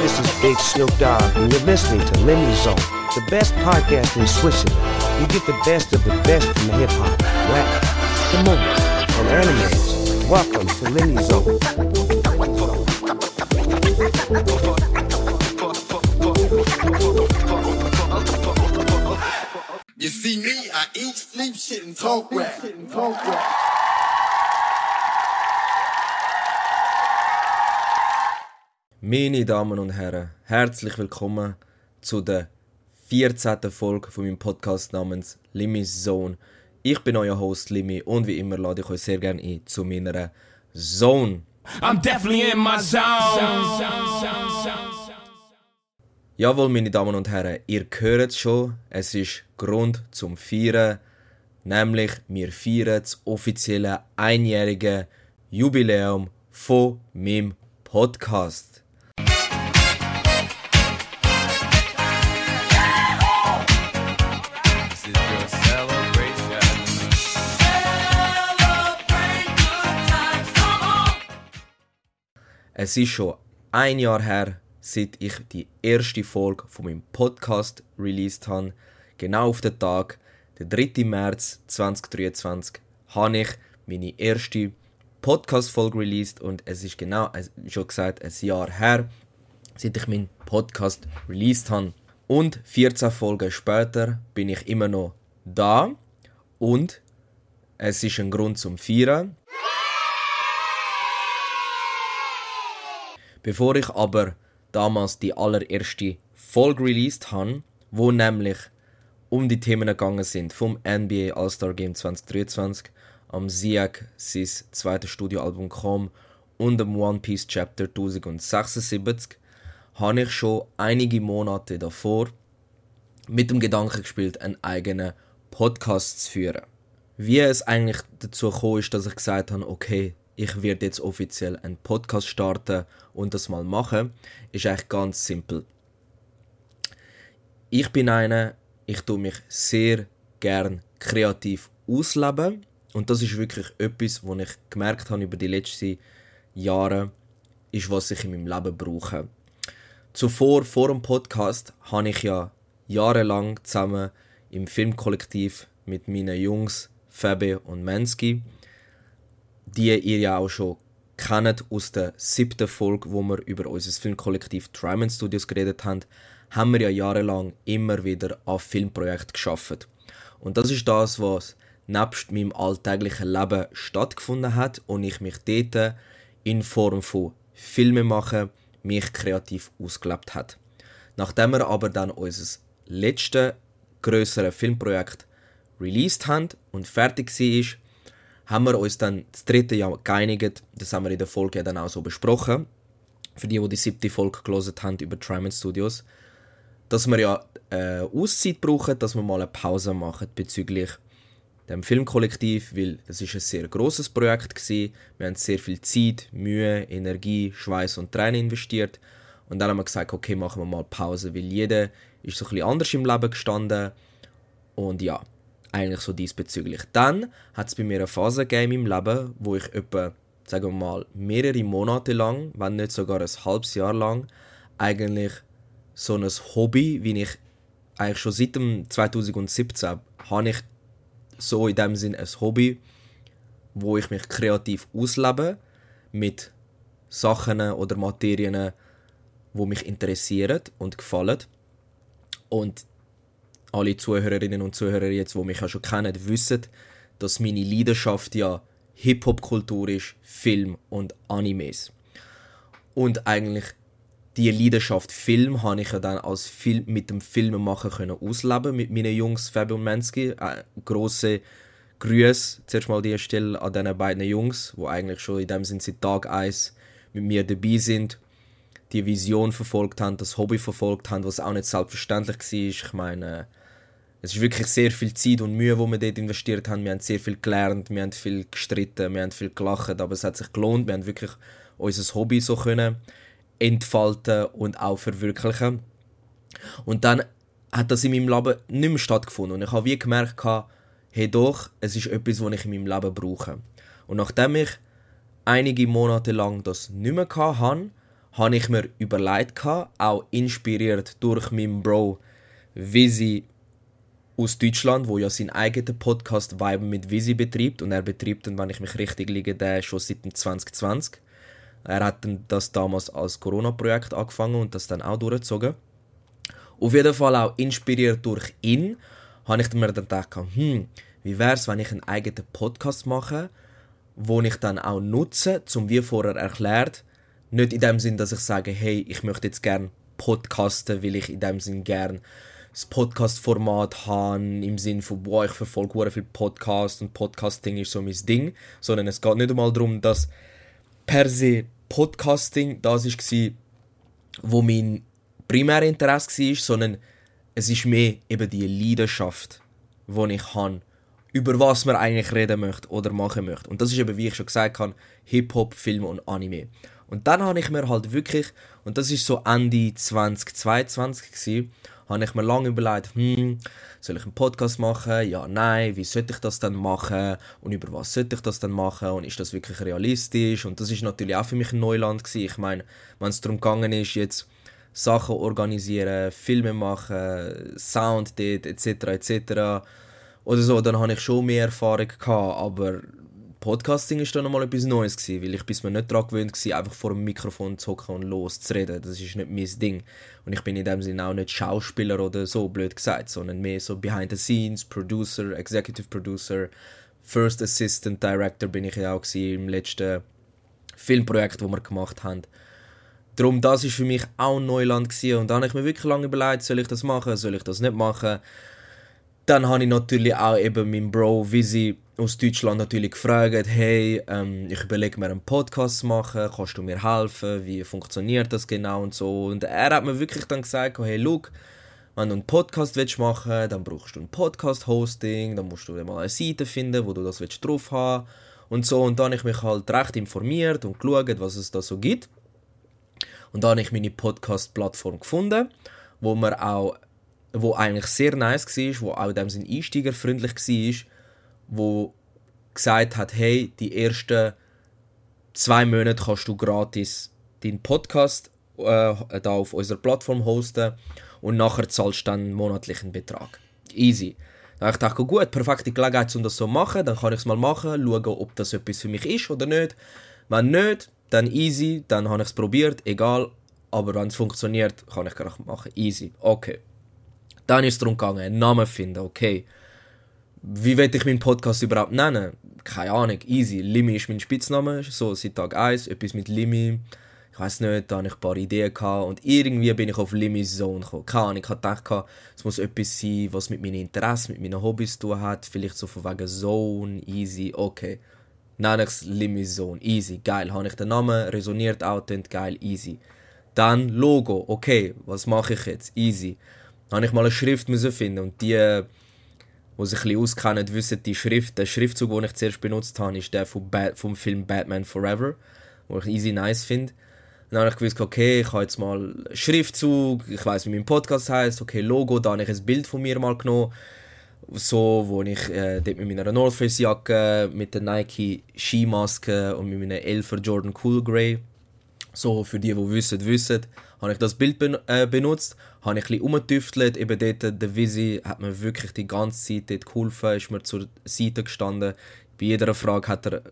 This is Big Snoop Dogg, and you're listening to Lemmy Zone, the best podcast in Switzerland. You get the best of the best from the hip-hop, rap, the movies, and animes. Welcome to Lemmy Zone. You see me, I eat, sleep, shit, and talk rap. Meine Damen und Herren, herzlich willkommen zu der 14. Folge von meinem Podcast namens Limmy's Zone. Ich bin euer Host Limmy und wie immer lade ich euch sehr gerne ein zu meiner Zone. I'm definitely in my zone. Jawohl, meine Damen und Herren, ihr hört es schon, es ist Grund zum Feiern, nämlich wir feiern das offizielle einjährige Jubiläum von meinem Podcast. Es ist schon ein Jahr her, seit ich die erste Folge von meinem Podcast released habe. Genau auf den Tag, den 3. März 2023, habe ich meine erste Podcast-Folge released und es ist genau, schon gesagt, ein Jahr her, seit ich meinen Podcast released habe. Und 14 Folgen später bin ich immer noch da und es ist ein Grund zum Feiern. Bevor ich aber damals die allererste Folge released habe, wo nämlich um die Themen gegangen sind vom NBA All-Star Game 2023, am Sieg sein zweites Studioalbum kam und dem One Piece Chapter 1076, habe ich schon einige Monate davor mit dem Gedanken gespielt, einen eigenen Podcast zu führen. Wie es eigentlich dazu gekommen ist, dass ich gesagt habe, okay, ich werde jetzt offiziell einen Podcast starten und das mal machen, ist eigentlich ganz simpel. Ich bin einer, ich tue mich sehr gern kreativ ausleben und das ist wirklich etwas, was ich gemerkt habe über die letzten Jahre, ist, was ich in meinem Leben brauche. Zuvor, vor dem Podcast, habe ich ja jahrelang zusammen im Filmkollektiv mit meinen Jungs Fabi und Mansky, die ihr ja auch schon kennt aus der 7. Folge, wo wir über unser Filmkollektiv Tryman Studios geredet haben, haben wir ja jahrelang immer wieder an Filmprojekten gearbeitet. Und das ist das, was nebst meinem alltäglichen Leben stattgefunden hat und ich mich dort in Form von Filmen machen, mich kreativ ausgelebt hat. Nachdem wir aber dann unser letztes grösseres Filmprojekt released haben und fertig war, haben wir uns dann das 3. Jahr geeinigt. Das haben wir in der Folge dann auch so besprochen. Für die 7. Folge gelesen haben über Tryman Studios. Dass wir ja Auszeit brauchen, dass wir mal eine Pause machen bezüglich dem Filmkollektiv, weil das ist ein sehr grosses Projekt gewesen. Wir haben sehr viel Zeit, Mühe, Energie, Schweiß und Tränen investiert. Und dann haben wir gesagt, okay, machen wir mal Pause, weil jeder ist so ein bisschen anders im Leben gestanden. Und ja, eigentlich so diesbezüglich. Dann hat es bei mir eine Phase gegeben im Leben, wo ich etwa, sagen wir mal, mehrere Monate lang, wenn nicht sogar ein halbes Jahr lang, eigentlich so ein Hobby, wie ich eigentlich schon seit dem 2017 habe ich so in dem Sinn ein Hobby, wo ich mich kreativ auslebe mit Sachen oder Materien, die mich interessieren und gefallen. Und alle Zuhörerinnen und Zuhörer jetzt, die mich ja schon kennen, wissen, dass meine Leidenschaft ja Hip-Hop-Kultur ist, Film und Animes. Und eigentlich diese Leidenschaft Film habe ich ja dann als Film mit dem Filmemachen können ausleben mit meinen Jungs Fabi und Mansky. Grosse Grüße zuerst mal an dieser Stelle an diesen beiden Jungs, die eigentlich schon in dem Sinne seit Tag 1 mit mir dabei sind, die Vision verfolgt haben, das Hobby verfolgt haben, was auch nicht selbstverständlich war. Ich meine, es ist wirklich sehr viel Zeit und Mühe, die wir dort investiert haben. Wir haben sehr viel gelernt, wir haben viel gestritten, wir haben viel gelacht, aber es hat sich gelohnt. Wir haben wirklich unser Hobby so können entfalten und auch verwirklichen. Und dann hat das in meinem Leben nicht mehr stattgefunden. Und ich habe wie gemerkt, hey doch, es ist etwas, was ich in meinem Leben brauche. Und nachdem ich einige Monate lang das nicht mehr hatte, habe ich mir überlegt, auch inspiriert durch meinen Bro Visi aus Deutschland, wo ja seinen eigenen Podcast Vibe mit Visi betreibt. Und er betreibt dann, wenn ich mich richtig liege, den schon seit 2020. Er hat dann das damals als Corona-Projekt angefangen und das dann auch durchgezogen. Auf jeden Fall auch inspiriert durch ihn, habe ich mir dann gedacht, wie wäre es, wenn ich einen eigenen Podcast mache, den ich dann auch nutze, wie vorher erklärt, nicht in dem Sinn, dass ich sage, hey, ich möchte jetzt gerne podcasten, weil ich in dem Sinn gerne das Podcast-Format habe, im Sinne von, ich verfolge sehr viel Podcasts und Podcasting ist so mein Ding, sondern es geht nicht einmal darum, dass per se Podcasting das war, wo mein primäres Interesse war, sondern es ist mehr eben die Leidenschaft, die ich habe, über was man eigentlich reden möchte oder machen möchte. Und das ist eben, wie ich schon gesagt habe, Hip-Hop, Film und Anime. Und dann habe ich mir halt wirklich, und das ist so Ende 2022 gewesen, habe ich mir lange überlegt, soll ich einen Podcast machen? Ja, nein, wie sollte ich das dann machen? Und über was sollte ich das dann machen? Und ist das wirklich realistisch? Und das ist natürlich auch für mich ein Neuland gewesen. Ich meine, wenn es darum gegangen ist, jetzt Sachen organisieren, Filme machen, Sound dort, etc., etc., oder so, dann habe ich schon mehr Erfahrung gehabt, aber Podcasting ist dann nochmal etwas Neues gewesen, weil ich bis mir nicht daran gewöhnt war, einfach vor dem Mikrofon zu hocken und loszureden. Das ist nicht mein Ding. Und ich bin in dem Sinne auch nicht Schauspieler oder so, blöd gesagt, sondern mehr so Behind the Scenes, Producer, Executive Producer, First Assistant Director bin ich ja auch gewesen, im letzten Filmprojekt, das wir gemacht haben. Darum, das war für mich auch Neuland gewesen. Und da habe ich mir wirklich lange überlegt, soll ich das machen, soll ich das nicht machen. Dann habe ich natürlich auch eben meinen Bro Visi aus Deutschland natürlich gefragt, hey, ich überlege mir einen Podcast zu machen, kannst du mir helfen, wie funktioniert das genau und so. Und er hat mir wirklich dann gesagt, hey, look, wenn du einen Podcast machen willst, dann brauchst du ein Podcast-Hosting, dann musst du mal eine Seite finden, wo du das drauf haben und so. Und dann habe ich mich halt recht informiert und geschaut, was es da so gibt. Und dann habe ich meine Podcast-Plattform gefunden, wo eigentlich sehr nice war, wo auch in dem Sinne einsteigerfreundlich war, wo gesagt hat, hey, die ersten 2 Monate kannst du gratis deinen Podcast da auf unserer Plattform hosten und nachher zahlst du dann einen monatlichen Betrag. Easy. Dann habe ich gedacht, gut, perfekte Gelegenheit, um das so zu machen, dann kann ich es mal machen, schauen, ob das etwas für mich ist oder nicht. Wenn nicht, dann easy, dann habe ich es probiert, egal, aber wenn es funktioniert, kann ich gerade machen, easy, okay. Dann ist es darum gegangen, einen Namen zu finden, okay. Wie will ich meinen Podcast überhaupt nennen? Keine Ahnung, easy. Limmy ist mein Spitzname, so seit Tag 1, etwas mit Limmy. Ich weiss nicht, da hatte ich ein paar Ideen gehabt und irgendwie bin ich auf Limmy's Zone gekommen. Keine Ahnung, ich hatte gedacht, es muss etwas sein, was mit meinen Interessen, mit meinen Hobbys zu tun hat. Vielleicht so von wegen Zone, easy, okay. Nenne ich es Limmy's Zone, easy, geil. Habe ich den Namen, resoniert auch, klingt geil, easy. Dann Logo, okay, was mache ich jetzt? Easy. Dann habe ich mal eine Schrift finden und die sich ein bisschen auskennen, wissen der Schriftzug, den ich zuerst benutzt habe, ist der vom Film Batman Forever, den ich easy nice finde. Dann habe ich gewusst, okay, ich habe jetzt mal Schriftzug, ich weiss, wie mein Podcast heisst, okay, Logo, da habe ich ein Bild von mir mal genommen, so, wo ich dort mit meiner North Face Jacke, mit der Nike Skimaske und mit meiner 11er Jordan Cool Grey, so, für die wissen, habe ich das Bild benutzt, habe ich ein bisschen rumgetüftelt, eben dort, der Visi hat mir wirklich die ganze Zeit dort geholfen, ist mir zur Seite gestanden, bei jeder Frage hat er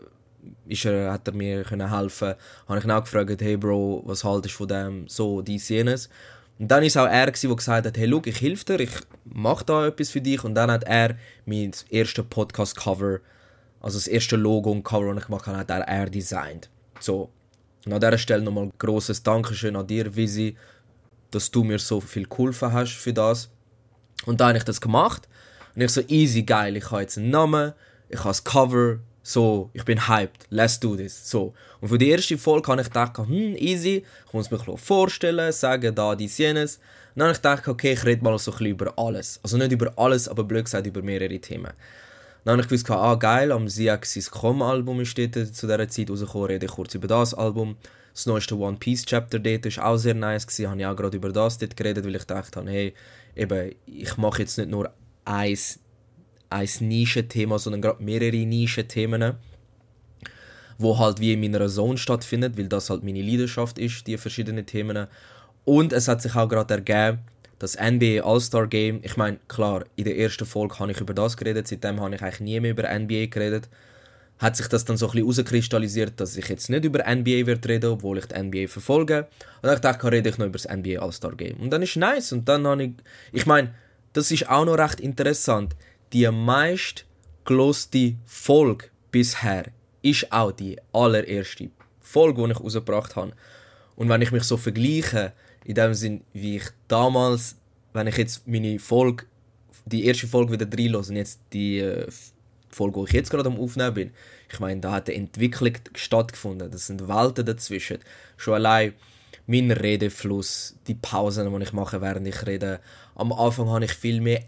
mir helfen können. Habe ich ihn auch gefragt, hey Bro, was haltest du von dem, so, dies, jenes. Und dann war es auch er, der gesagt hat, hey, look, ich helfe dir, ich mache da etwas für dich. Und dann hat er mein erstes Podcast-Cover, also das erste Logo und Cover, das ich gemacht habe, hat er designt. So. Und an dieser Stelle nochmal ein grosses Dankeschön an dir, Visi, dass du mir so viel geholfen hast für das. Und dann habe ich das gemacht. Und ich so, easy, geil, ich habe jetzt einen Namen, ich habe das Cover, so, ich bin hyped, let's do this, so. Und für die erste Folge habe ich gedacht, easy, ich muss mich vorstellen, sagen, da, dies, jenes. Und dann habe ich gedacht, okay, ich rede mal so ein bisschen über alles. Also nicht über alles, aber blöd gesagt über mehrere Themen. Dann habe ich gewusst, geil, am Ziak sein Com-Album ist dort zu dieser Zeit rausgekommen, rede ich kurz über das Album. Das neueste One Piece Chapter dort war auch sehr nice gewesen, habe ich auch gerade über das dort geredet, weil ich dachte, hey, eben, ich mache jetzt nicht nur ein Nischenthema, sondern gerade mehrere Nischenthemen. wo halt wie in meiner Zone stattfindet, weil das halt meine Leidenschaft ist, die verschiedenen Themen. Und es hat sich auch gerade ergeben, das NBA All-Star Game, ich meine, klar, in der ersten Folge habe ich über das geredet, seitdem habe ich eigentlich nie mehr über NBA geredet. Hat sich das dann so ein bisschen herauskristallisiert, dass ich jetzt nicht über NBA werde reden, obwohl ich die NBA verfolge. Und dann dachte ich, rede ich noch über das NBA All-Star Game. Und dann ist nice. Und dann habe ich meine, das ist auch noch recht interessant. Die meist geloste Folge bisher ist auch die allererste Folge, die ich rausgebracht habe. Und wenn ich mich so vergleiche, in dem Sinn, wie ich damals, wenn ich jetzt meine Folge, die erste Folge wieder reinlasse und jetzt die Folge, die ich jetzt gerade am Aufnehmen bin, ich meine, da hat eine Entwicklung stattgefunden. Das sind Welten dazwischen. Schon allein mein Redefluss, die Pausen, die ich mache, während ich rede. Am Anfang habe ich viel mehr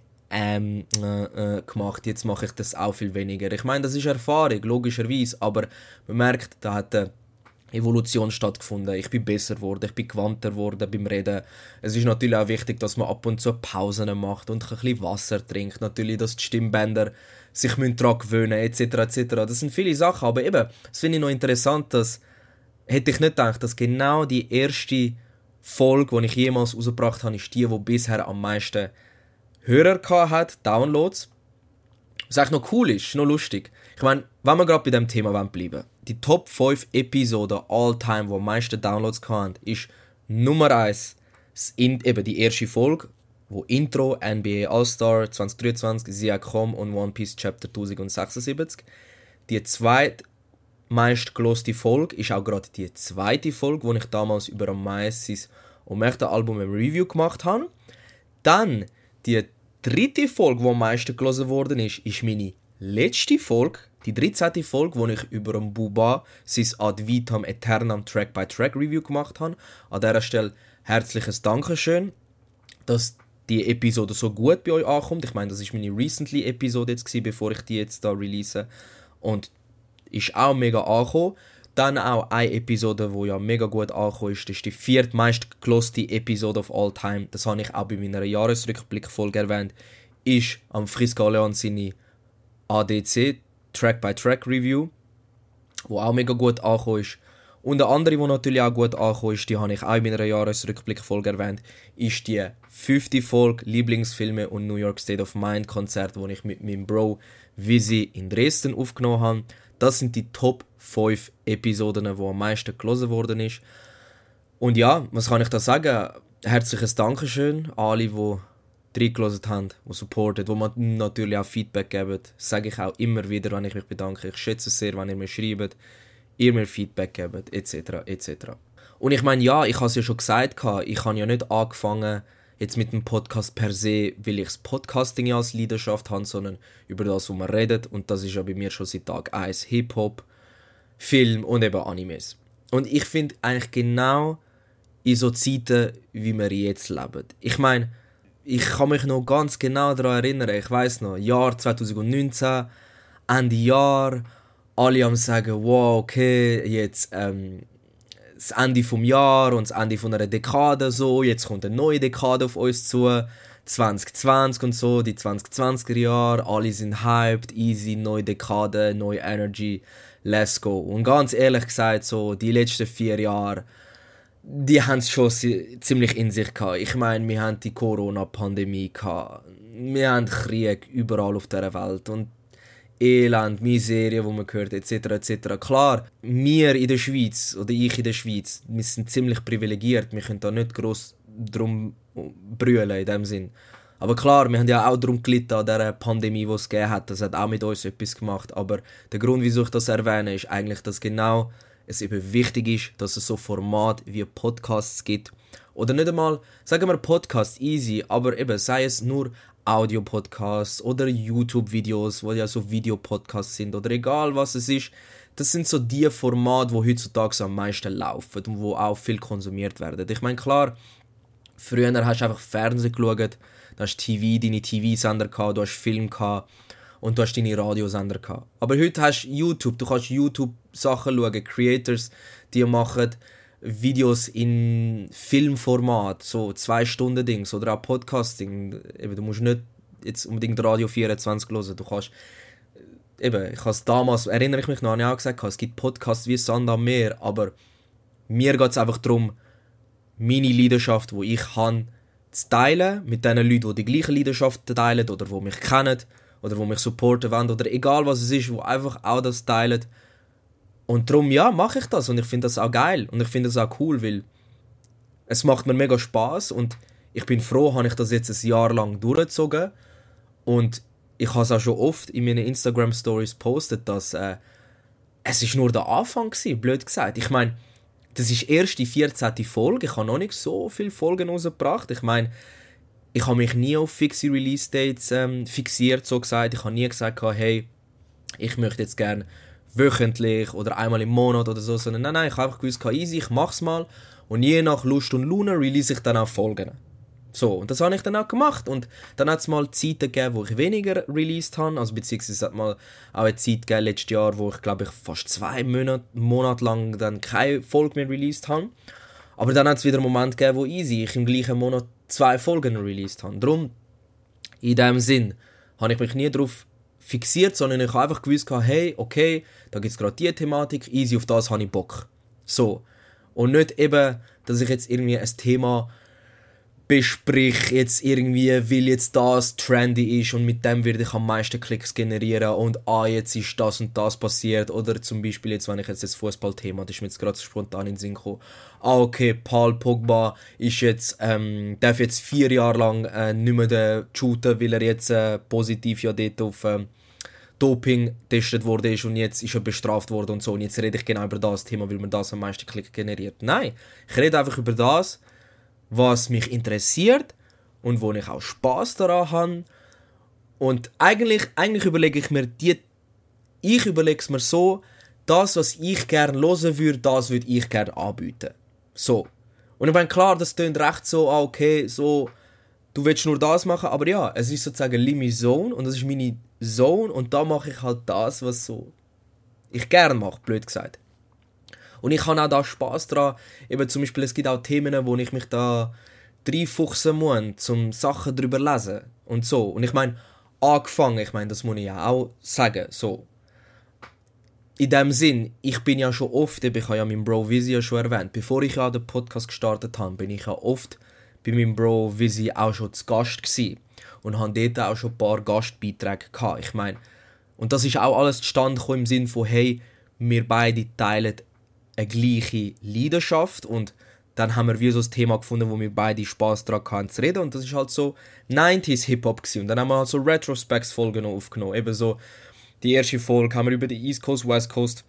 gemacht, jetzt mache ich das auch viel weniger. Ich meine, das ist Erfahrung, logischerweise, aber man merkt, da hat eine Evolution stattgefunden. Ich bin besser geworden, ich bin gewandter geworden beim Reden. Es ist natürlich auch wichtig, dass man ab und zu Pausen macht und ein bisschen Wasser trinkt. Natürlich, dass die Stimmbänder sich daran gewöhnen etc. etc. Das sind viele Sachen, aber eben, das finde ich noch interessant, dass hätte ich nicht gedacht, dass genau die erste Folge, die ich jemals rausgebracht habe, ist die bisher am meisten Hörer hat, Downloads. Was eigentlich noch cool ist noch lustig. Ich meine, wenn wir gerade bei diesem Thema bleiben wollen, die Top 5 Episoden all-time, die am meisten Downloads hatten, ist Nummer 1 eben die erste Folge, wo Intro, NBA All-Star 2023, Ziak.com und One Piece Chapter 1076. Die zweite meistgeloste Folge ist auch gerade die zweite Folge, wo ich damals über Amasis Omerta-Album ein Review gemacht habe. Dann die dritte Folge, die am meisten gelesen worden ist meine letzte Folge, die 13. Folge, wo ich über Buba sein Ad Vitam Aeternam Track-by-Track Review gemacht habe. An dieser Stelle herzliches Dankeschön, dass die Episode so gut bei euch ankommt. Ich meine, das ist meine Recently-Episode jetzt gewesen, bevor ich die jetzt da release. Und ist auch mega angekommen. Dann auch eine Episode, die ja mega gut angekommen ist. Das ist die viertmeist geloste Episode of all time. Das habe ich auch bei meiner Jahresrückblick-Folge erwähnt. Ist am Friska Leon seine ADC Track-by-Track-Review, wo auch mega gut angekommen ist. Und eine andere, die natürlich auch gut angekommen ist, die habe ich auch in meiner Jahresrückblick-Folge erwähnt, ist die 5. Folge Lieblingsfilme und New York State of Mind Konzert, wo ich mit meinem Bro Visi in Dresden aufgenommen habe. Das sind die Top 5 Episoden, die am meisten gelesen worden ist. Und ja, was kann ich da sagen? Herzliches Dankeschön an alle, die reingelassen haben, die supporten, die mir natürlich auch Feedback geben. Das sage ich auch immer wieder, wenn ich mich bedanke. Ich schätze es sehr, wenn ihr mir schreibt, ihr mir Feedback gebt, etc. etc. Und ich meine, ja, ich habe es ja schon gesagt, ich habe ja nicht angefangen jetzt mit dem Podcast per se, weil ich das Podcasting ja als Leidenschaft habe, sondern über das, was man redet. Und das ist ja bei mir schon seit Tag 1 Hip-Hop, Film und eben Animes. Und ich finde eigentlich genau in so Zeiten, wie wir jetzt leben. Ich meine, ich kann mich noch ganz genau daran erinnern. Ich weiss noch, Jahr 2019, Ende Jahr, alle am sagen, wow, okay, jetzt das Ende vom Jahr und das Ende von einer Dekade so, jetzt kommt eine neue Dekade auf uns zu, 2020 und so, die 2020er Jahre, alle sind hyped, easy, neue Dekade, neue Energy, let's go. Und ganz ehrlich gesagt, so die letzten 4 Jahre, die haben es schon ziemlich in sich gehabt. Ich meine, wir haben die Corona-Pandemie gehabt, wir haben Krieg überall auf dieser Welt und Elend, Miserie, wo man hört, etc. etc. Klar, wir in der Schweiz, oder ich in der Schweiz, wir sind ziemlich privilegiert, wir können da nicht gross drum brüllen in dem Sinn. Aber klar, wir haben ja auch darum gelitten an dieser Pandemie, die es gegeben hat, das hat auch mit uns etwas gemacht. Aber der Grund, wieso ich das erwähne, ist eigentlich, dass genau es eben wichtig ist, dass es so Formate wie Podcasts gibt. Oder nicht einmal, sagen wir Podcast, easy, aber eben, sei es nur Audio-Podcasts oder YouTube-Videos, wo ja so Videopodcasts sind oder egal was es ist. Das sind so die Formate, die heutzutage am meisten laufen und wo auch viel konsumiert werden. Ich meine, klar, früher hast du einfach Fernsehen geschaut, du hast deine TV-Sender gehabt, du hast Film gehabt und du hast deine Radiosender gehabt. Aber heute hast du YouTube, du kannst YouTube-Sachen schauen, Creators, die machen Videos in Filmformat, so 2-Stunden-Dings oder auch Podcasting. Eben, du musst nicht jetzt unbedingt Radio 24 hören, du kannst eben, ich habe es damals, erinnere ich mich noch, habe ich auch gesagt, es gibt Podcasts wie Sand am Meer, aber mir geht es einfach darum, meine Leidenschaft, die ich habe, zu teilen mit den Leuten, die die gleiche Leidenschaft teilen oder die mich kennen oder die mich supporten wollen oder egal was es ist, die einfach auch das teilen. Und darum, ja, mache ich das und ich finde das auch geil und ich finde das auch cool, weil es macht mir mega Spaß und ich bin froh, habe ich das jetzt ein Jahr lang durchgezogen und ich habe es auch schon oft in meinen Instagram-Stories gepostet, dass es ist nur der Anfang gewesen, blöd gesagt. Ich meine, das ist erst die 14. Folge. Ich habe noch nicht so viele Folgen rausgebracht. Ich meine, ich habe mich nie auf fixe Release-Dates fixiert, so gesagt. Ich habe nie gesagt, hey, ich möchte jetzt gerne wöchentlich oder einmal im Monat oder so. Sondern nein, ich habe einfach gewusst, easy, ich mache es mal. Und je nach Lust und Laune release ich dann auch Folgen. So, und das habe ich dann auch gemacht. Und dann hat es mal Zeiten gegeben, wo ich weniger released habe. Also beziehungsweise es hat mal auch eine Zeit gegeben, letztes Jahr, wo ich glaube ich fast 2 Monate lang dann keine Folge mehr released habe. Aber dann hat es wieder einen Moment gegeben, wo easy ich im gleichen Monat 2 Folgen released habe. Darum, in diesem Sinn, habe ich mich nie darauf fixiert, sondern ich habe einfach gewusst, hey, okay, da gibt es gerade diese Thematik, easy, auf das habe ich Bock. So. Und nicht eben, dass ich jetzt irgendwie ein Thema besprich jetzt irgendwie, weil jetzt das trendy ist und mit dem werde ich am meisten Klicks generieren und jetzt ist das und das passiert oder zum Beispiel jetzt, wenn ich jetzt das Fußballthema, das ist mir jetzt gerade spontan in den Sinn gekommen, okay, Paul Pogba ist jetzt, darf jetzt 4 Jahre lang nicht mehr shooten, weil er jetzt positiv ja dort auf Doping getestet worden ist und jetzt ist er bestraft worden und so und jetzt rede ich genau über das Thema, weil man das am meisten Klicks generiert. Nein, ich rede einfach über das, was mich interessiert und wo ich auch Spass daran habe. Und eigentlich überlege ich mir, ich überlege es mir so, das, was ich gerne hören würde, das würde ich gerne anbieten. So. Und ich meine, klar, das klingt recht so, okay, so, du willst nur das machen, aber ja, es ist sozusagen meine Zone und das ist meine Zone und da mache ich halt das, was so ich gerne mache, blöd gesagt. Und ich habe auch da Spass daran. Eben zum Beispiel, es gibt auch Themen, wo ich mich da reinfuchsen muss, um Sachen darüber zu lesen. Und so. Und ich meine, das muss ich ja auch sagen. So. In dem Sinn, ich bin ja schon oft, ich habe ja meinen Bro Visi ja schon erwähnt, bevor ich ja den Podcast gestartet habe, bin ich ja oft bei meinem Bro Visi auch schon zu Gast gewesen. Und habe dort auch schon ein paar Gastbeiträge gehabt. Ich meine, und das ist auch alles zustande gekommen im Sinn von, hey, wir beide teilen eine gleiche Leidenschaft und dann haben wir wie so ein Thema gefunden, wo wir beide Spass daran hatten zu reden und das ist halt so 90s Hip-Hop gewesen. Und dann haben wir halt so Retrospects-Folgen aufgenommen, eben so die erste Folge haben wir über die East Coast, West Coast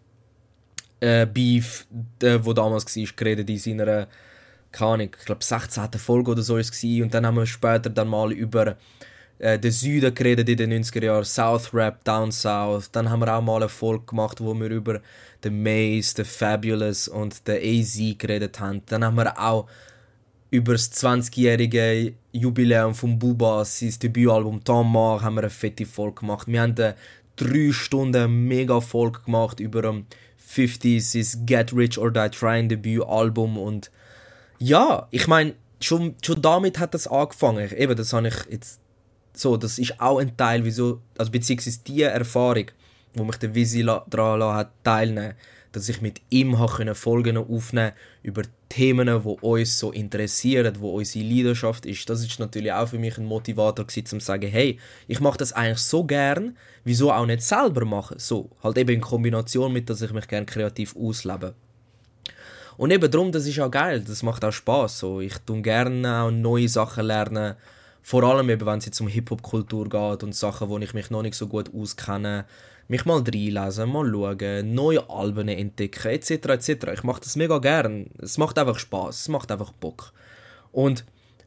Beef, wo damals war, geredet in seiner, keine Ahnung, ich glaube 16. Folge oder so ist es gewesen. Und dann haben wir später dann mal über den Süden geredet in den 90er Jahren, South Rap, Down South. Dann haben wir auch mal eine Folge gemacht, wo wir über den Maze, den Fabulous und den AZ geredet haben. Dann haben wir auch über das 20-jährige Jubiläum von Booba, sein Debütalbum Tamar, haben wir eine fette Folge gemacht. Wir haben eine 3 Stunden mega Folge gemacht über 50s, sein Get Rich or Die Trying Debütalbum. Und ja, ich meine, schon damit hat das angefangen. Eben, das habe ich jetzt so, das ist auch ein Teil, wieso, also beziehungsweise die Erfahrung, wo mich der Visi daran hat teilnehmen, dass ich mit ihm Folgen aufnehmen über Themen, die uns so interessieren, wo unsere Leidenschaft ist. Das ist natürlich auch für mich ein Motivator gewesen, um zu sagen, hey, ich mache das eigentlich so gern, wieso auch nicht selber machen? So, halt eben in Kombination mit, dass ich mich gerne kreativ auslebe. Und eben darum, das ist auch geil, das macht auch Spass. So, ich tue gerne auch neue Sachen lernen, vor allem eben, wenn es jetzt um Hip-Hop-Kultur geht und Sachen, wo ich mich noch nicht so gut auskenne, mich mal reinlesen, mal schauen, neue Alben entdecken, etc. etc. Ich mache das mega gern. Es macht einfach Spass, es macht einfach Bock. Und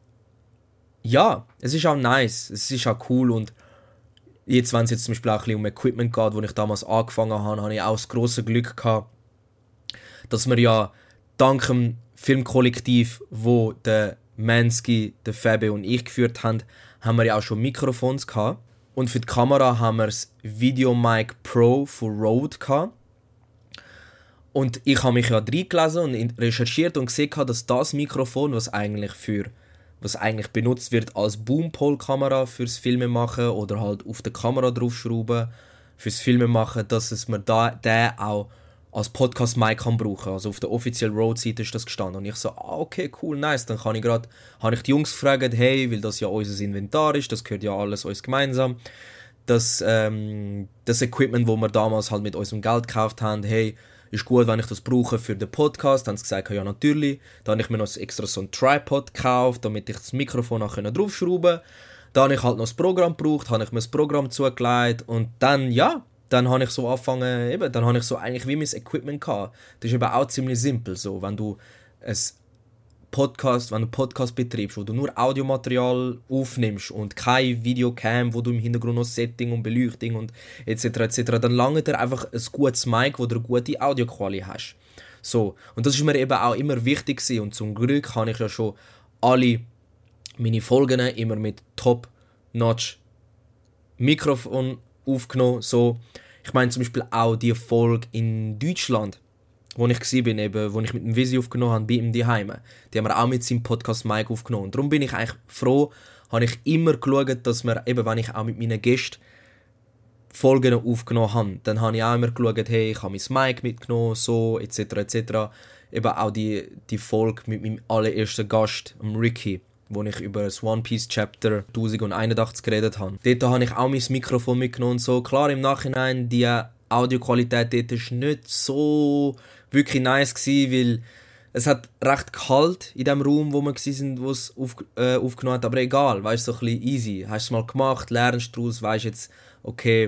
ja, es ist auch nice, es ist auch cool und jetzt, wenn es jetzt zum Beispiel auch ein bisschen um Equipment geht, wo ich damals angefangen habe, habe ich auch das grosse Glück gehabt, dass wir ja dank dem Filmkollektiv, wo der Mansky, der Fabi und ich geführt haben wir ja auch schon Mikrofons gehabt. Und für die Kamera haben wir das Videomic Pro von Rode gehabt. Und ich habe mich ja reingelesen und recherchiert und gesehen, dass das Mikrofon, was eigentlich benutzt wird als Boompole-Kamera fürs Filmen machen oder halt auf der Kamera draufschrauben, fürs Filmen machen, dass es mir den auch als Podcast-Mic kann brauchen. Also auf der offiziellen Road-Seite ist das gestanden. Und ich so, okay, cool, nice. Dann habe ich die Jungs gefragt, hey, weil das ja unser Inventar ist, das gehört ja alles uns gemeinsam. Das Equipment, das wir damals halt mit unserem Geld gekauft haben, hey, ist gut, wenn ich das brauche für den Podcast. Dann haben sie gesagt, ja natürlich. Dann habe ich mir noch extra so ein Tripod gekauft, damit ich das Mikrofon auch draufschrauben konnte. Dann habe ich halt noch das Programm gebraucht, habe ich mir das Programm zugelegt und dann, ja, dann habe ich so angefangen, dann habe ich so eigentlich wie mein Equipment gehabt. Das ist eben auch ziemlich simpel so, wenn du Podcast betreibst, wo du nur Audiomaterial aufnimmst und kein Videocam, wo du im Hintergrund noch Setting und Beleuchtung und etc., dann langt dir einfach ein gutes Mic, wo du eine gute Audioqualität hast. So, und das ist mir eben auch immer wichtig gewesen. Und zum Glück habe ich ja schon alle meine Folgen immer mit Top-Notch Mikrofon aufgenommen. So, ich meine zum Beispiel auch die Folge in Deutschland, wo ich war, wo ich mit dem Visi aufgenommen habe, bei ihm daheim. Die haben wir auch mit seinem Podcast Mike aufgenommen. Und darum bin ich eigentlich froh, habe ich immer geschaut, dass wir, eben wenn ich auch mit meinen Gästen Folgen aufgenommen habe, dann habe ich auch immer geschaut, hey, ich habe mein Mic mitgenommen, so, etc. Eben auch die Folge mit meinem allerersten Gast, Ricky, wo ich über das One Piece Chapter 1081 geredet habe. Dort habe ich auch mein Mikrofon mitgenommen und so. Klar, im Nachhinein, die Audioqualität dort war nicht so wirklich nice gewesen, weil es hat recht kalt in dem Raum, wo wir waren, wo es aufgenommen hat, aber egal, weißt du, so ein bisschen easy. Hast du es mal gemacht, lernst daraus, weißt jetzt, okay,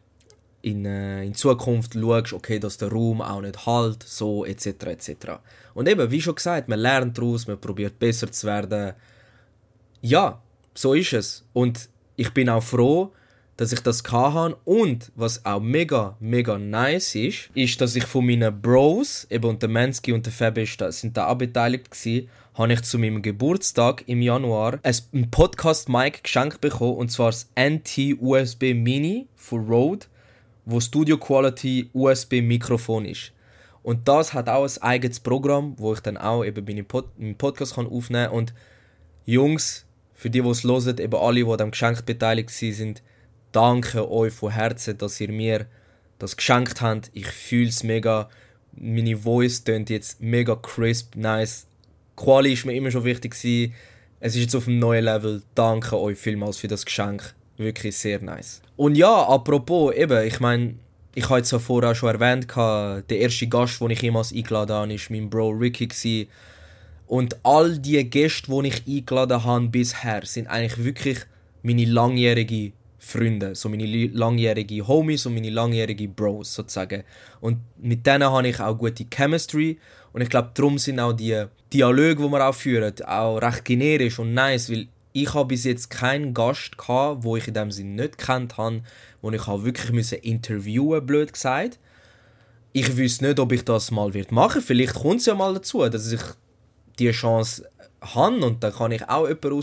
in Zukunft schaust, okay, dass der Raum auch nicht halt, so, etc. Und eben, wie schon gesagt, man lernt daraus, man probiert besser zu werden. Ja, so ist es. Und ich bin auch froh, dass ich das hatte. Und was auch mega, mega nice ist, dass ich von meinen Bros, eben und der Mansky und der Fabi sind da auch beteiligt gewesen, habe ich zu meinem Geburtstag im Januar ein Podcast-Mic geschenkt bekommen, und zwar das NT-USB Mini von Rode, wo Studio Quality USB-Mikrofon ist. Und das hat auch ein eigenes Programm, wo ich dann auch eben meinen Podcast aufnehmen kann. Und Jungs, für die es hören, eben alle, die an diesem Geschenk beteiligt sind, danke euch von Herzen, dass ihr mir das geschenkt habt. Ich fühle es mega. Meine Voice tönt jetzt mega crisp, nice. Quali war mir immer schon wichtig gewesen. Es ist jetzt auf einem neuen Level. Danke euch vielmals für das Geschenk. Wirklich sehr nice. Und ja, apropos, eben, ich meine, ich habe jetzt ja vorher schon erwähnt, der erste Gast, den ich jemals eingeladen habe, war mein Bro Ricky gewesen. Und all die Gäste, die ich eingeladen habe bisher, sind eigentlich wirklich meine langjährigen Freunde, so meine langjährigen Homies und meine langjährigen Bros sozusagen. Und mit denen habe ich auch gute Chemistry. Und ich glaube, darum sind auch die Dialoge, die wir auch führen, auch recht generisch und nice, weil ich habe bis jetzt keinen Gast gehabt, wo ich in dem Sinne nicht gekannt habe, wo ich auch wirklich interviewen, blöd gesagt. Ich wüsste nicht, ob ich das mal machen werde. Vielleicht kommt es ja mal dazu, dass ich die Chance habe und dann kann ich auch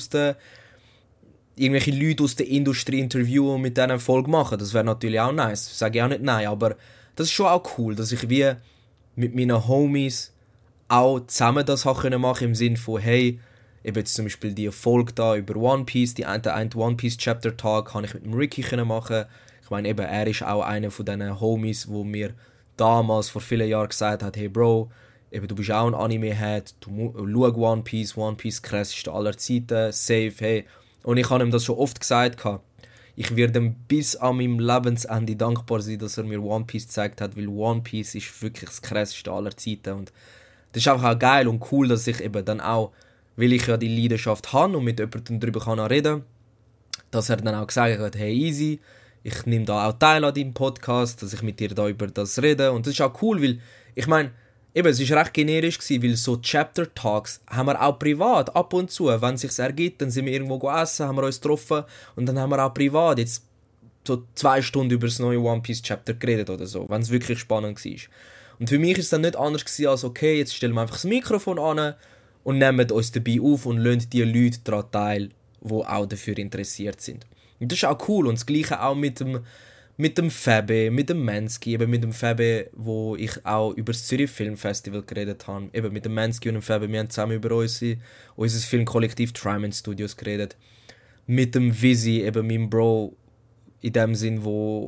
irgendwelche Leute aus der Industrie interviewen und mit denen Folge machen. Das wäre natürlich auch nice. Das sage ich auch nicht nein, aber das ist schon auch cool, dass ich wie mit meinen Homies auch zusammen das machen konnte, im Sinne von, hey, eben jetzt zum Beispiel die Folge da über One Piece, der eine One Piece Chapter Tag, kann ich mit dem Ricky machen. Ich meine, eben, er ist auch einer von diesen Homies, wo mir damals vor vielen Jahren gesagt hat, hey Bro, eben, du bist auch ein Anime-Head, schau One Piece krasseste aller Zeiten, safe, hey. Und ich habe ihm das schon oft gesagt, ich werde ihm bis an meinem Lebensende dankbar sein, dass er mir One Piece gezeigt hat, weil One Piece ist wirklich das krasseste aller Zeiten. Und das ist einfach auch geil und cool, dass ich eben dann auch, weil ich ja die Leidenschaft habe und mit jemandem darüber reden kann, dass er dann auch gesagt hat, hey easy, ich nehme da auch teil an deinem Podcast, dass ich mit dir da über das rede. Und das ist auch cool, weil, ich meine, eben, es war recht generisch gewesen, weil so Chapter Talks haben wir auch privat ab und zu. Wenn es sich ergibt, dann sind wir irgendwo essen, haben wir uns getroffen und dann haben wir auch privat jetzt so 2 Stunden über das neue One Piece Chapter geredet oder so, wenn es wirklich spannend war. Und für mich ist es dann nicht anders gewesen, als okay, jetzt stellen wir einfach das Mikrofon an und nehmen uns dabei auf und lassen die Leute daran teil, die auch dafür interessiert sind. Und das ist auch cool. Und das Gleiche auch mit dem Fabi, mit dem Mansky, eben mit dem Fabi, wo ich auch über das Zürich Filmfestival geredet habe. Eben mit dem Mansky und dem Fabi, wir haben zusammen über unser Filmkollektiv Tryman Studios geredet. Mit dem Visi, eben meinem Bro, in dem Sinn, wo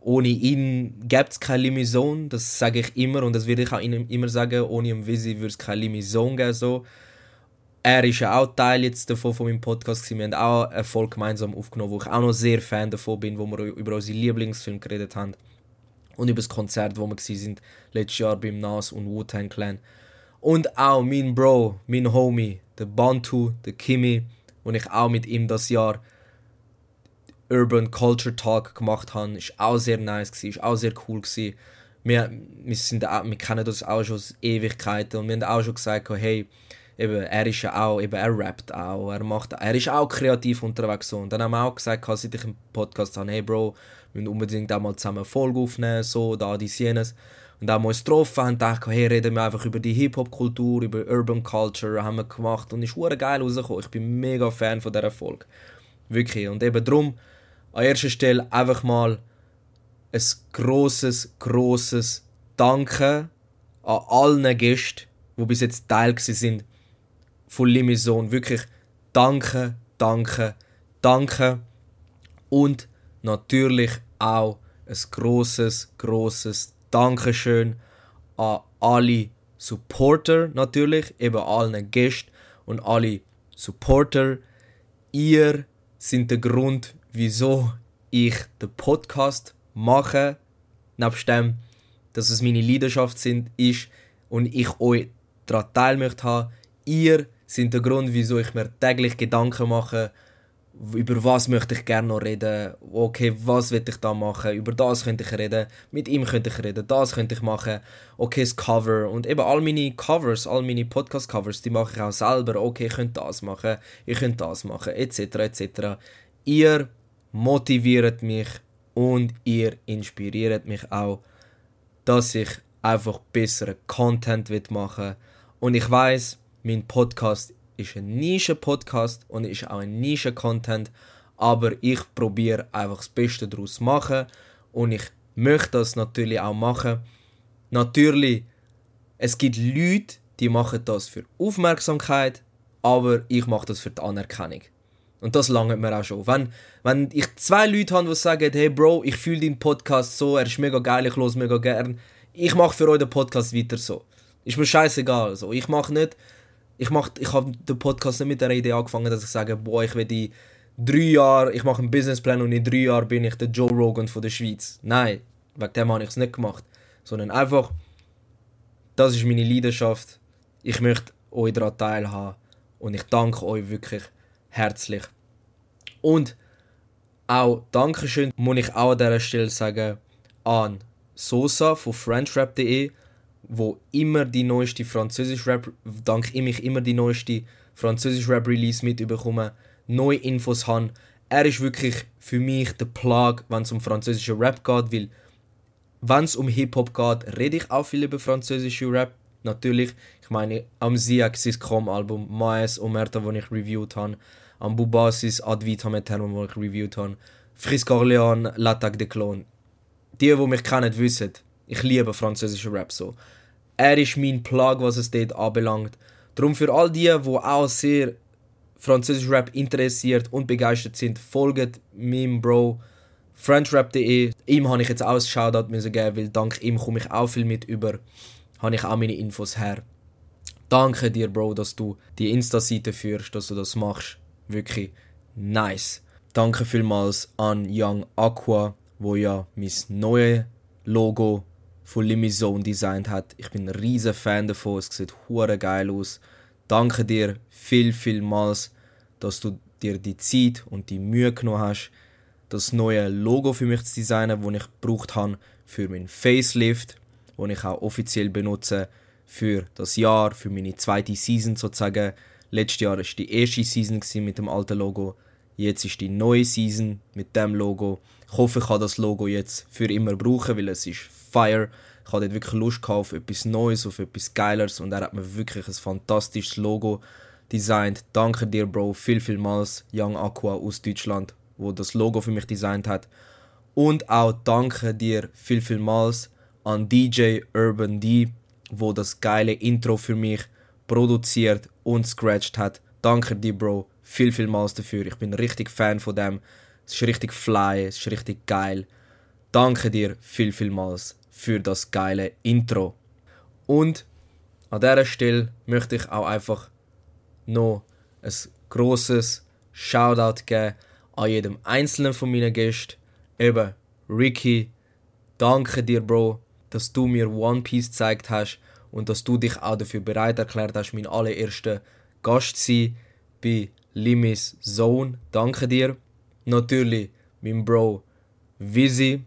ohne ihn gäbe es keine Limison, das sage ich immer und das werde ich auch immer sagen, ohne einen Visi würde es keine Limison geben. So. Er ist ja auch Teil jetzt davon von meinem Podcast gewesen. Wir haben auch eine Folge gemeinsam aufgenommen, wo ich auch noch sehr Fan davon bin, wo wir über unsere Lieblingsfilme geredet haben und über das Konzert, wo wir waren letztes Jahr beim Nas und Wu-Tang Clan. Und auch mein Bro, mein Homie, der Bantu, der Kimi, wo ich auch mit ihm das Jahr Urban Culture Talk gemacht habe, ist auch sehr nice gewesen, ist auch sehr cool gewesen. Wir kennen das auch schon aus Ewigkeiten und wir haben auch schon gesagt, hey, eben, er ist ja auch, eben, er rappt auch, er ist auch kreativ unterwegs. So. Und dann haben wir auch gesagt, seit ich im Podcast habe, hey Bro, wir müssen unbedingt auch mal zusammen eine Folge aufnehmen, so, da, dies, jenes. Und dann haben wir uns getroffen und dachten, hey, reden wir einfach über die Hip-Hop-Kultur, über Urban Culture, haben wir gemacht und ist verdammt geil rausgekommen. Ich bin mega Fan von dieser Folge. Wirklich. Und eben darum, an erster Stelle einfach mal ein grosses Danke an allen Gästen, die bis jetzt Teil sind von Limison. Wirklich danke. Und natürlich auch ein grosses Dankeschön an alle Supporter natürlich, eben allen Gästen und alle Supporter. Ihr seid der Grund, wieso ich den Podcast mache. Nebst dem, dass es meine Leidenschaft ist und ich euch daran teil möchte haben. Ihr seid der Grund, wieso ich mir täglich Gedanken mache, über was möchte ich gerne noch reden, okay, was will ich da machen, über das könnte ich reden, mit ihm könnte ich reden, das könnte ich machen, okay, das Cover und eben all meine Covers, all meine Podcast-Covers, die mache ich auch selber, okay, ich könnte das machen, etc. Ihr motiviert mich und ihr inspiriert mich auch, dass ich einfach besseren Content machen will. Und ich weiss, mein Podcast ist ein Nischen-Podcast und ist auch ein Nischen-Content, aber ich probiere einfach das Beste daraus zu machen und ich möchte das natürlich auch machen. Natürlich, es gibt Leute, die machen das für Aufmerksamkeit, aber ich mache das für die Anerkennung. Und das langt mir auch schon. Wenn ich 2 Leute habe, die sagen, hey Bro, ich fühle deinen Podcast so, er ist mega geil, ich höre mega gern, ich mache für euch den Podcast weiter so. Ist mir scheißegal. So. Ich habe den Podcast nicht mit der Idee angefangen, dass ich sage, boah, ich will in 3 Jahren, ich mache einen Businessplan und in 3 Jahren bin ich der Joe Rogan von der Schweiz. Nein, wegen dem habe ich es nicht gemacht. Sondern einfach, das ist meine Leidenschaft. Ich möchte euch daran teilhaben und ich danke euch wirklich herzlich. Und auch Dankeschön muss ich auch an dieser Stelle sagen an Sosa von FrenchRap.de, wo immer die neueste Französisch-Rap, dank ihm ich immer die neueste Französisch-Rap-Release mitbekomme, neue Infos habe. Er ist wirklich für mich der Plug, wenn es um französischen Rap geht, weil wenn es um Hip-Hop geht, rede ich auch viel über französische Rap. Natürlich, ich meine, am Ziak Siscom-Album, Maes Omerta, das ich reviewed habe, am Bubasis Ad Vitam Aeternum, das ich reviewed habe, Frisk Orléans, L'Attaque des Clones. Die mich kennen, wissen, ich liebe französischen Rap so. Er ist mein Plug, was es dort anbelangt. Darum für all die auch sehr französischen Rap interessiert und begeistert sind, folgt meinem Bro FrenchRap.de. Ihm habe ich jetzt auch ein Shoutout geben, weil dank ihm komme ich auch viel mit über. Habe ich auch meine Infos her. Danke dir, Bro, dass du die Insta-Seite führst, dass du das machst. Wirklich nice. Danke vielmals an Young Aqua, wo ja mein neues Logo von Limison designt hat. Ich bin ein riesen Fan davon, es sieht hure geil aus. Danke dir vielmals, dass du dir die Zeit und die Mühe genommen hast, das neue Logo für mich zu designen, das ich gebraucht habe für meinen Facelift, das ich auch offiziell benutze für das Jahr, für meine zweite Season sozusagen. Letztes Jahr war die erste Season mit dem alten Logo. Jetzt ist die neue Season mit dem Logo. Ich hoffe, ich kann das Logo jetzt für immer brauchen, weil es ist fire. Ich hatte wirklich Lust auf etwas Neues, auf etwas Geileres und er hat mir wirklich ein fantastisches Logo designt. Danke dir, Bro, vielmals, Young Aqua aus Deutschland, wo das Logo für mich designt hat. Und auch danke dir vielmals an DJ Urban D, wo das geile Intro für mich produziert und scratcht hat. Danke dir, Bro, vielmals dafür. Ich bin richtig Fan von dem. Es ist richtig fly, es ist richtig geil. danke dir vielmals für das geile Intro. Und an dieser Stelle möchte ich auch einfach noch ein grosses Shoutout geben an jedem einzelnen von meinen Gästen. Eben, Ricky, danke dir, Bro, dass du mir One Piece gezeigt hast und dass du dich auch dafür bereit erklärt hast, mein allererster Gast zu sein bei Limmy's Zone. Danke dir. Natürlich mein Bro Visi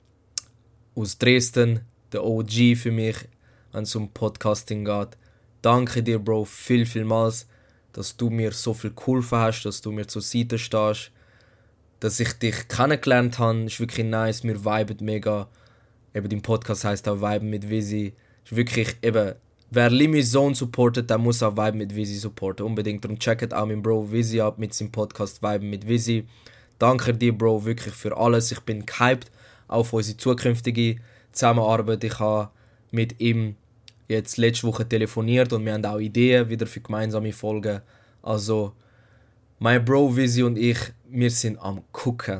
aus Dresden, der OG für mich, wenn es um Podcasting geht. Danke dir, Bro, vielmals, dass du mir so viel geholfen hast, dass du mir zur Seite stehst, dass ich dich kennengelernt habe. Ist wirklich nice, wir viben mega. Eben, dein Podcast heisst auch Viben mit Visi. Ist wirklich, eben, wer Limmy's Zone supportet, der muss auch Viben mit Visi supporten. Unbedingt. Darum checkt auch mein Bro Visi ab mit seinem Podcast Viben mit Visi. Danke dir, Bro, wirklich für alles. Ich bin gehypt auf unsere zukünftige Zusammenarbeit. Ich habe mit ihm jetzt letzte Woche telefoniert und wir haben auch Ideen wieder für gemeinsame Folgen. Also, mein Bro Visi und ich, wir sind am gucken.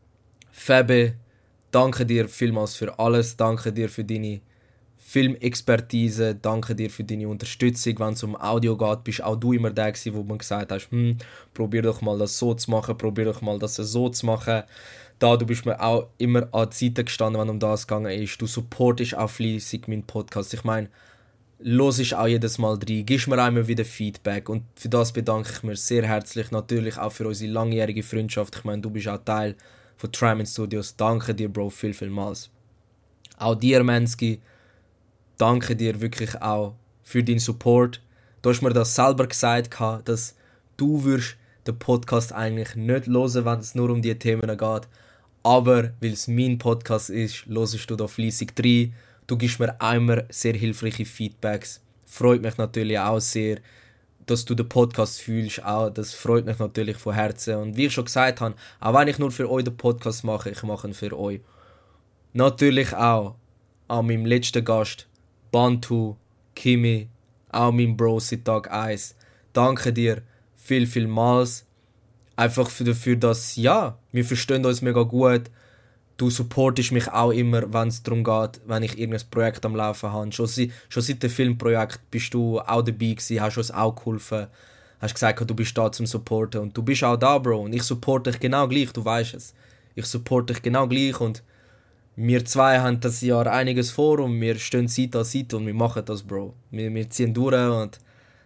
Fabi, danke dir vielmals für alles. Danke dir für deine Filmexpertise. Danke dir für deine Unterstützung. Wenn es um Audio geht, bist auch du immer der gewesen, wo man gesagt hast, probier doch mal das so zu machen, probier doch mal das so zu machen. Du bist mir auch immer an die Seite gestanden, wenn um das gegangen ist. Du supportest auch fleissig meinen Podcast. Ich meine, hörst auch jedes Mal rein, gibst mir immer wieder Feedback und für das bedanke ich mich sehr herzlich. Natürlich auch für unsere langjährige Freundschaft. Ich meine, du bist auch Teil von Tryman Studios. Danke dir, Bro, vielmals. Auch dir, Mansky, danke dir wirklich auch für deinen Support. Du hast mir das selber gesagt, dass du würdest den Podcast eigentlich nicht hören, wenn es nur um diese Themen geht. Aber weil es mein Podcast ist, hörst du da fleissig rein. Du gibst mir immer sehr hilfreiche Feedbacks. Freut mich natürlich auch sehr, dass du den Podcast fühlst. Auch das freut mich natürlich von Herzen. Und wie ich schon gesagt habe, auch wenn ich nur für euch den Podcast mache, ich mache ihn für euch. Natürlich auch an meinem letzten Gast, Bantu, Kimi, auch mein Bro seit Tag 1. Danke dir vielmals. Einfach dafür, dass, ja, wir verstehen uns mega gut. Du supportest mich auch immer, wenn es darum geht, wenn ich irgendein Projekt am Laufen habe. Schon seit dem Filmprojekt bist du auch dabei gewesen, hast uns auch geholfen. Hast gesagt, du bist da zum Supporten und du bist auch da, Bro. Und ich supporte dich genau gleich, du weißt es. Ich supporte dich genau gleich und wir zwei haben das Jahr einiges vor und wir stehen Seite an Seite und wir machen das, Bro. Wir ziehen durch und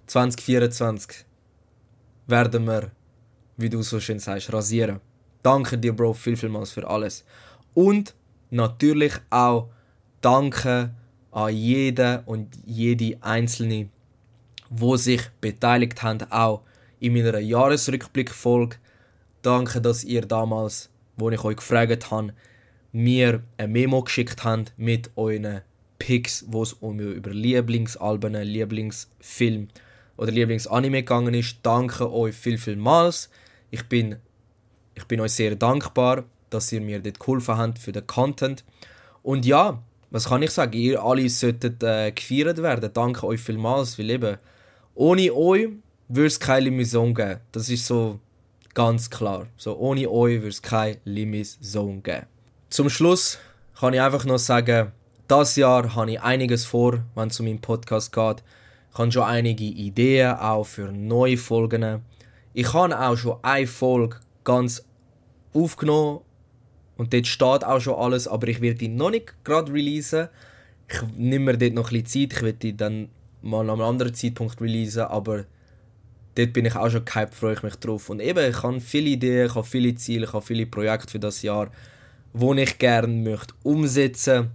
2024 werden wir, wie du so schön sagst, rasieren. Danke dir, Bro, vielmals für alles. Und natürlich auch danke an jeden und jede Einzelne, die sich beteiligt haben, auch in meiner Jahresrückblick-Folge. Danke, dass ihr damals, wo ich euch gefragt habe, mir ein Memo geschickt habt mit euren Picks, wo es über Lieblingsalben, Lieblingsfilm oder Lieblingsanime gegangen ist. Danke euch vielmals. Ich bin euch sehr dankbar, dass ihr mir dort geholfen habt für den Content. Und ja, was kann ich sagen? Ihr alle solltet gefeiert werden. Danke euch vielmals, weil eben ohne euch würde es keine Limmy's Zone geben. Das ist so ganz klar. So, ohne euch würde es keine Limmy's Zone geben. Zum Schluss kann ich einfach noch sagen, dieses Jahr habe ich einiges vor, wenn es um meinen Podcast geht. Ich habe schon einige Ideen, auch für neue Folgen. Ich habe auch schon eine Folge ganz aufgenommen und dort steht auch schon alles, aber ich werde die noch nicht gerade releasen. Ich nehme mir dort noch ein bisschen Zeit, ich werde die dann mal an einem anderen Zeitpunkt releasen, aber dort bin ich auch schon gehypt, freue ich mich drauf. Und eben, ich habe viele Ideen, ich habe viele Ziele, ich habe viele Projekte für das Jahr, die ich gerne möchte umsetzen.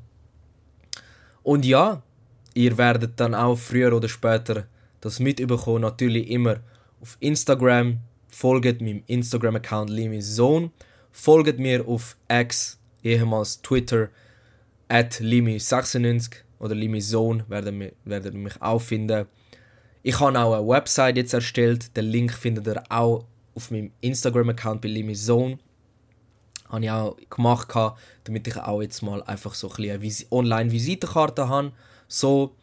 Und ja, ihr werdet dann auch früher oder später das mitbekommen, natürlich immer auf Instagram. Folgt meinem Instagram-Account Limmy's Zone. Folgt mir auf X, ehemals Twitter, @Limmy96 oder Limmy's Zone, werdet ihr mich auch finden. Ich habe auch eine Website jetzt erstellt. Den Link findet ihr auch auf meinem Instagram-Account bei Limmy's Zone. Habe ich auch gemacht, damit ich auch jetzt mal einfach so ein bisschen eine Online-Visitenkarte habe. So.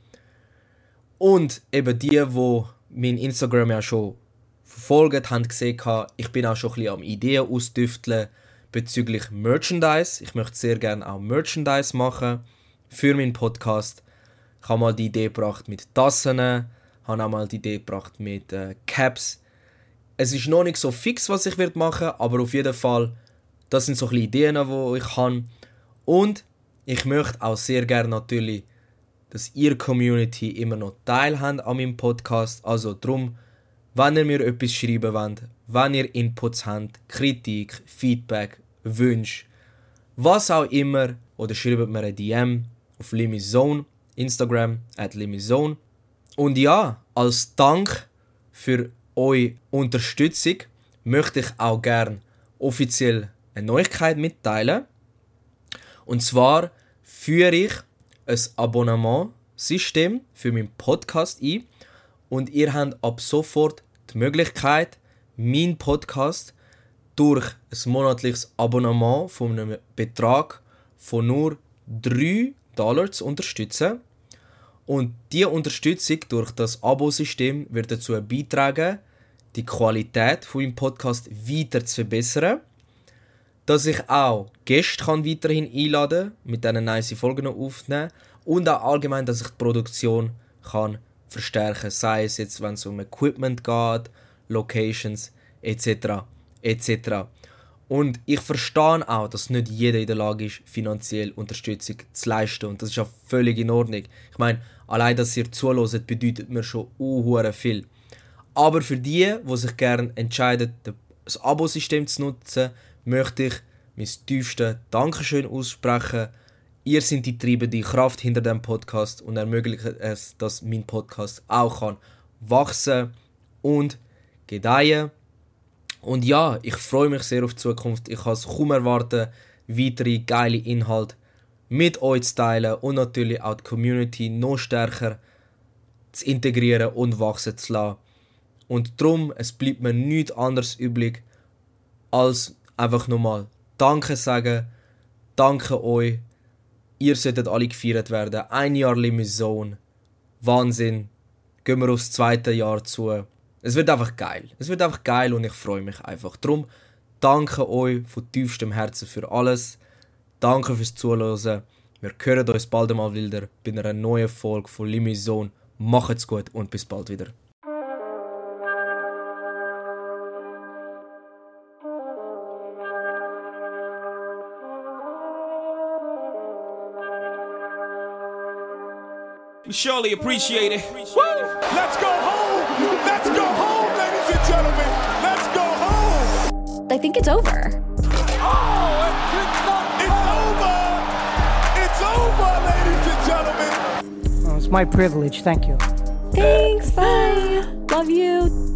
Und eben die mein Instagram ja schon verfolgt, haben gesehen, ich bin auch schon ein bisschen am Ideen ausdüfteln. bezüglich Merchandise. Ich möchte sehr gerne auch Merchandise machen für meinen Podcast. Ich habe mal die Idee gebracht mit Tassen, habe auch mal die Idee gebracht mit Caps. Es ist noch nicht so fix, was ich machen werde, aber auf jeden Fall, das sind so ein bisschen Ideen, die ich habe. Und ich möchte auch sehr gerne natürlich, dass ihr Community immer noch teilhabt an meinem Podcast. Also darum, wenn ihr mir etwas schreiben wollt, wenn ihr Inputs habt, Kritik, Feedback, Wünsche, was auch immer, oder schreibt mir eine DM auf Limizone, Instagram @Limizone. Und ja, als Dank für eure Unterstützung möchte ich auch gerne offiziell eine Neuigkeit mitteilen. Und zwar führe ich ein Abonnementsystem für meinen Podcast ein und ihr habt ab sofort die Möglichkeit, meinen Podcast durch ein monatliches Abonnement von einem Betrag von nur $3 zu unterstützen. Und diese Unterstützung durch das Abo-System wird dazu beitragen, die Qualität von meinem Podcast weiter zu verbessern, dass ich auch Gäste weiterhin einladen kann, mit diesen nice Folgen aufnehmen und auch allgemein, dass ich die Produktion kann verstärken, sei es jetzt, wenn es um Equipment geht, Locations etc. etc. Und ich verstehe auch, dass nicht jeder in der Lage ist, finanziell Unterstützung zu leisten. Und das ist auch völlig in Ordnung. Ich meine, allein, dass ihr zuhört, bedeutet mir schon viel. Aber für die sich gerne entscheiden, das Abo-System zu nutzen, möchte ich mein tiefstes Dankeschön aussprechen. Ihr seid die treibende Kraft hinter dem Podcast und ermöglicht es, dass mein Podcast auch kann wachsen und gedeihen. Und ja, ich freue mich sehr auf die Zukunft. Ich kann es kaum erwarten, weitere geile Inhalte mit euch zu teilen und natürlich auch die Community noch stärker zu integrieren und wachsen zu lassen. Und darum, es bleibt mir nichts anderes übrig, als einfach nochmal Danke sagen. Danke euch. Ihr solltet alle gefeiert werden. 1 Jahr Limizone. Wahnsinn. Gehen wir aufs 2. Jahr zu. Es wird einfach geil. Es wird einfach geil und ich freue mich einfach. Darum danke euch von tiefstem Herzen für alles. Danke fürs Zuhören. Wir hören uns bald mal wieder bei einer neuen Folge von Limizone. Macht's gut und bis bald wieder. We surely appreciate it. Let's go home! Let's go home, ladies and gentlemen! Let's go home! I think it's over. Oh, it's over! It's over, ladies and gentlemen! It's my privilege, thank you. Thanks, bye. Love you.